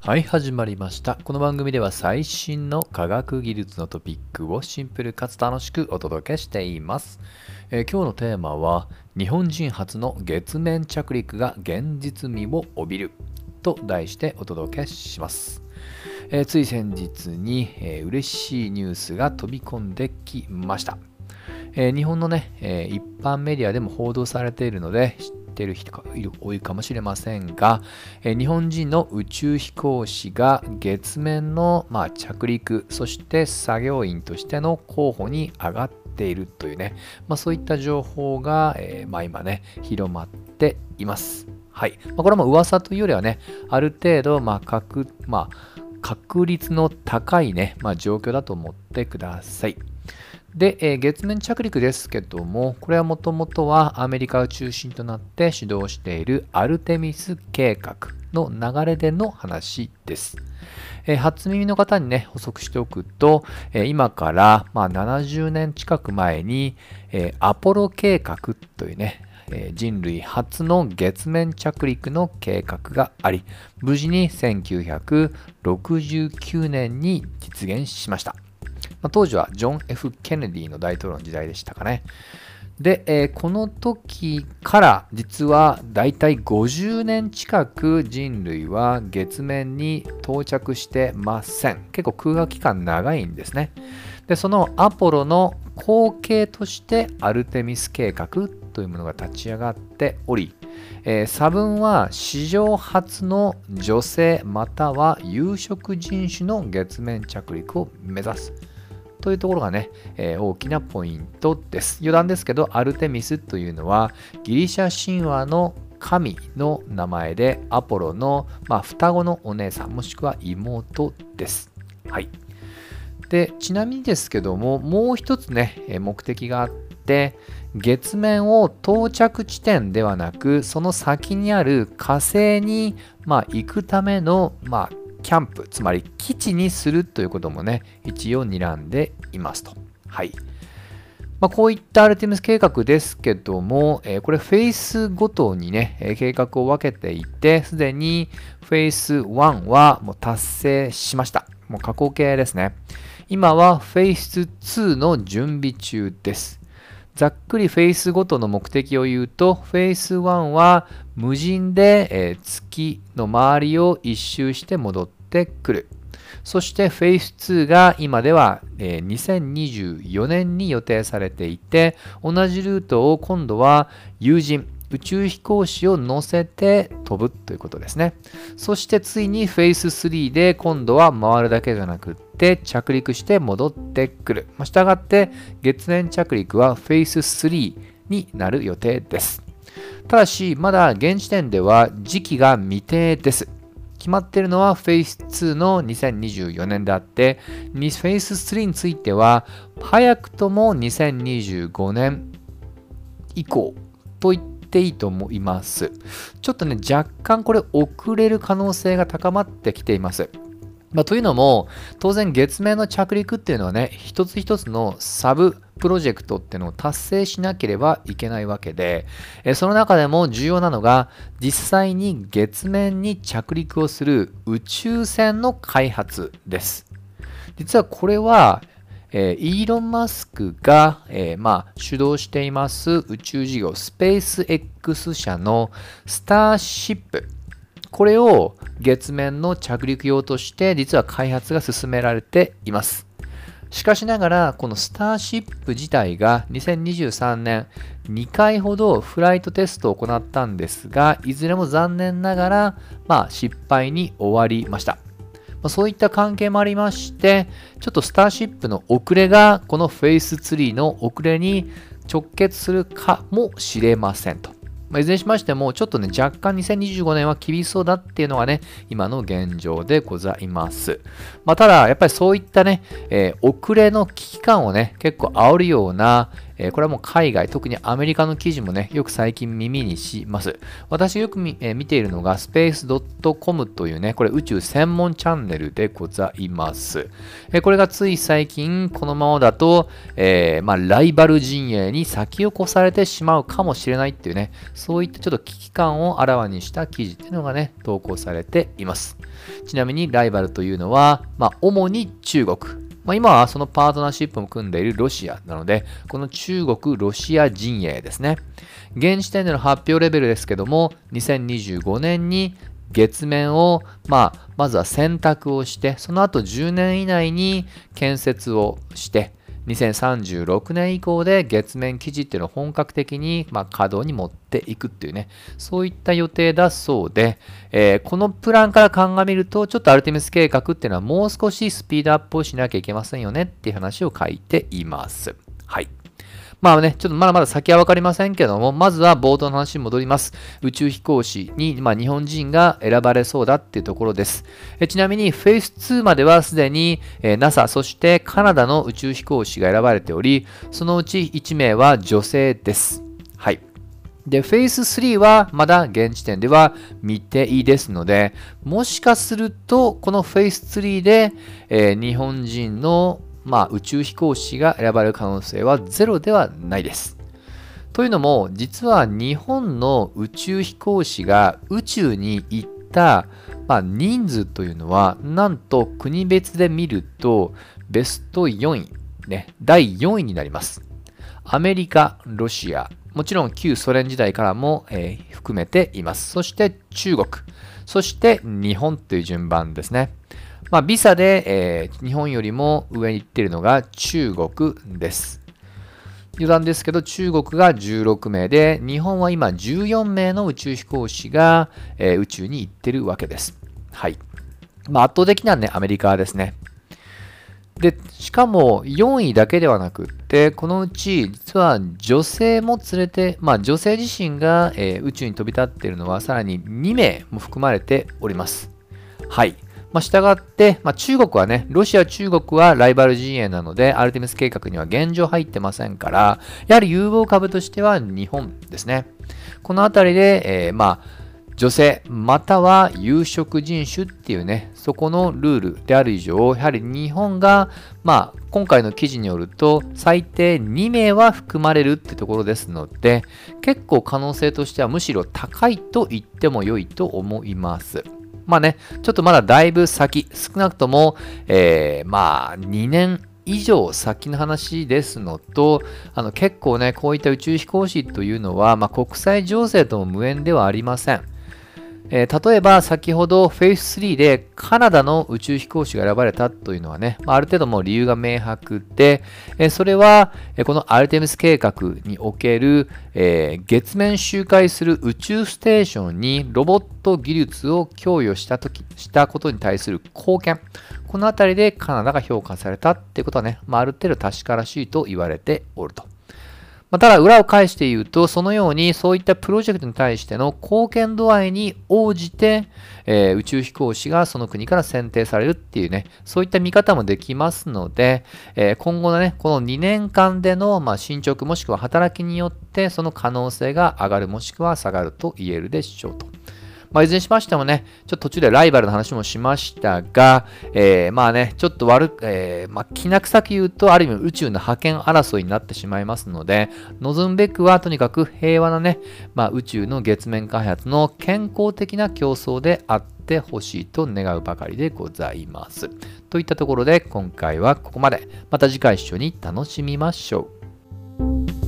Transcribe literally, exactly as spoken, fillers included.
はい、始まりました。この番組では最新の科学技術のトピックをシンプルかつ楽しくお届けしています。えー今日のテーマは、日本人初の月面着陸が現実味を帯びると題してお届けします。えーつい先日に、えー嬉しいニュースが飛び込んできました。えー日本のね、えー一般メディアでも報道されているので知っている人がいる多いかもしれませんが、えー日本人の宇宙飛行士が月面の、まあ、着陸、そして作業員としての候補に上がっているというね、まあ、そういった情報が、えーまあ、今ね、広まっています。はい。まあ、これも噂というよりはね、ある程度、まあ、確、まあ、確率の高いね、まあ、状況だと思ってください。で、えー月面着陸ですけども、これはもともとはアメリカを中心となって主導しているアルテミス計画の流れでの話です。えー初耳の方にね、補足しておくと、えー今から、まあ、ななじゅうねん近く前に、えーアポロ計画というね、えー人類初の月面着陸の計画があり、無事にせんきゅうひゃくろくじゅうきゅうねんに実現しました。まあ当時はジョン・ F・ ケネディの大統領の時代でしたかね。で、えーこの時から実はだいたいごじゅうねん近く人類は月面に到着してません。結構空白期間長いんですね。で、そのアポロの後継としてアルテミス計画というものが立ち上がっており、えー差分は史上初の女性または有色人種の月面着陸を目指す。というところがね、えー大きなポイントです。余談ですけど、アルテミスというのはギリシャ神話の神の名前で、アポロの、まあ、双子のお姉さんもしくは妹です。はい。で、ちなみにですけども、もう一つね、えー目的があって、月面を到着地点ではなく、その先にある火星に、まあ、行くための、まあ、キャンプ、つまり基地にするということもね、一応睨んでいますと。はい。まあ、こういったアルテミス計画ですけども、えーこれフェイスごとにね、えー計画を分けていて、すでにフェイスワンはもう達成しました。もう過去形ですね。今はフェイスツーの準備中です。ざっくりフェイスごとの目的を言うと、フェイスワンは無人で、えー月の周りを一周して戻ってくる。そしてフェイスツーが今では、えーにせんにじゅうよねんに予定されていて、同じルートを今度は有人、宇宙飛行士を乗せて飛ぶということですね。そしてついにフェイススリーで今度は回るだけじゃなくって着陸して戻ってくる。まあ、したがって月面着陸はフェイススリーになる予定です。ただし、まだ現時点では時期が未定です。決まっているのはフェイスツーのにせんにじゅうよねんであって、フェイススリーについては早くともにせんにじゅうごねん以降と言っていいと思います。ちょっとね、若干これ遅れる可能性が高まってきています。まあ、というのも、当然月面の着陸っていうのはね、一つ一つのサブプロジェクトっていうのを達成しなければいけないわけで、えその中でも重要なのが、実際に月面に着陸をする宇宙船の開発です。実はこれは、えーイーロン・マスクが、えーまあ、主導しています宇宙事業、スペース X 社のスターシップ。これを月面の着陸用として実は開発が進められています。しかしながら、このスターシップ自体がにせんにじゅうさんねんにかいほどフライトテストを行ったんですが、いずれも残念ながら、まあ、失敗に終わりました。まあそういった関係もありまして、ちょっとスターシップの遅れがこのフェイスツリーの遅れに直結するかもしれませんと。まあ、いずれにしましても、ちょっとね、若干にせんにじゅうごねんは厳しそうだっていうのがね、今の現状でございます。まあ、ただ、やっぱりそういったね、えー遅れの危機感をね、結構煽るような、 えー、これはもう海外、特にアメリカの記事もね、よく最近耳にします。私がよく 見,、えー、見ているのがスペースドットコム というね、これ宇宙専門チャンネルでございます。えー、これがつい最近、このままだと、えーまあ、ライバル陣営に先を越されてしまうかもしれないっていうね、そういったちょっと危機感をあらわにした記事っていうのがね、投稿されています。ちなみにライバルというのは、まあ、主に中国。まあ、今はそのパートナーシップも組んでいるロシアなので、この中国、ロシア陣営ですね。現時点での発表レベルですけども、にせんにじゅうごねんに月面を、まあ、まずは選択をして、その後じゅうねん以内に建設をして、にせんさんじゅうろくねん以降で月面基地っていうのを本格的に、まあ、稼働に持っていくっていうね、そういった予定だそうで、えー、このプランから鑑みると、ちょっとアルテミス計画っていうのはもう少しスピードアップをしなきゃいけませんよねっていう話を書いています。はい。まあね、ちょっとまだまだ先は分かりませんけども、まずは冒頭の話に戻ります。宇宙飛行士に、まあ、日本人が選ばれそうだっていうところです。えちなみにフェイスツーまではすでに、えー、ナサ、そしてカナダの宇宙飛行士が選ばれており、そのうちいちめいは女性です。はい。で、フェイススリーはまだ現時点では未定ですので、もしかすると、このフェイススリーで、えー、日本人のまあ、宇宙飛行士が選ばれる可能性はゼロではないです。というのも、実は日本の宇宙飛行士が宇宙に行った、まあ、人数というのは、なんと国別で見ると、ベストよんい、ね、だいよんいになります。アメリカ、ロシア、もちろん旧ソ連時代からも、えー、含めています。そして中国、そして日本という順番ですね。まあ、ビザで、えー、日本よりも上に行っているのが中国です。余談ですけど、中国がじゅうろくめいで、日本は今じゅうよんめいの宇宙飛行士が、えー、宇宙に行ってるわけです。はい。まあ、圧倒的なね、アメリカですね。で、しかもよんいだけではなくって、このうち実は女性も連れて、まあ女性自身が、えー、宇宙に飛び立っているのはさらににめいも含まれております。はい。まあ、したがって、まあ、中国はね、ロシア、中国はライバル陣営なので、アルテミス計画には現状入ってませんから、やはり有望株としては日本ですね。このあたりで、えー、まあ、女性、または有色人種っていうね、そこのルールである以上、やはり日本が、まあ、今回の記事によると、最低にめいは含まれるってところですので、結構可能性としてはむしろ高いと言っても良いと思います。まあね、ちょっとまだだいぶ先、少なくとも、えー、まあにねん以上先の話ですのと、あの結構ね、こういった宇宙飛行士というのは、まあ、国際情勢とも無縁ではありません。えー、例えば先ほどフェイススリーでカナダの宇宙飛行士が選ばれたというのはね、まあ、ある程度もう理由が明白で、えー、それは、えー、このアルテミス計画における、えー、月面周回する宇宙ステーションにロボット技術を供与したとき、したことに対する貢献。このあたりでカナダが評価されたっていうことはね、まあ、ある程度確からしいと言われておると。まあ、ただ裏を返して言うと、そのようにそういったプロジェクトに対しての貢献度合いに応じて、えー、宇宙飛行士がその国から選定されるっていうね、そういった見方もできますので、えー、今後のね、このにねんかんでの、まあ、進捗もしくは働きによってその可能性が上がるもしくは下がると言えるでしょうと。まあ、いずれにしましてもね、ちょっと途中でライバルの話もしましたが、えー、まあね、ちょっと悪く、えー、まあ、きな臭く言うと、ある意味宇宙の覇権争いになってしまいますので、望むべくはとにかく平和なね、まあ、宇宙の月面開発の健康的な競争であってほしいと願うばかりでございます。といったところで、今回はここまで。また次回一緒に楽しみましょう。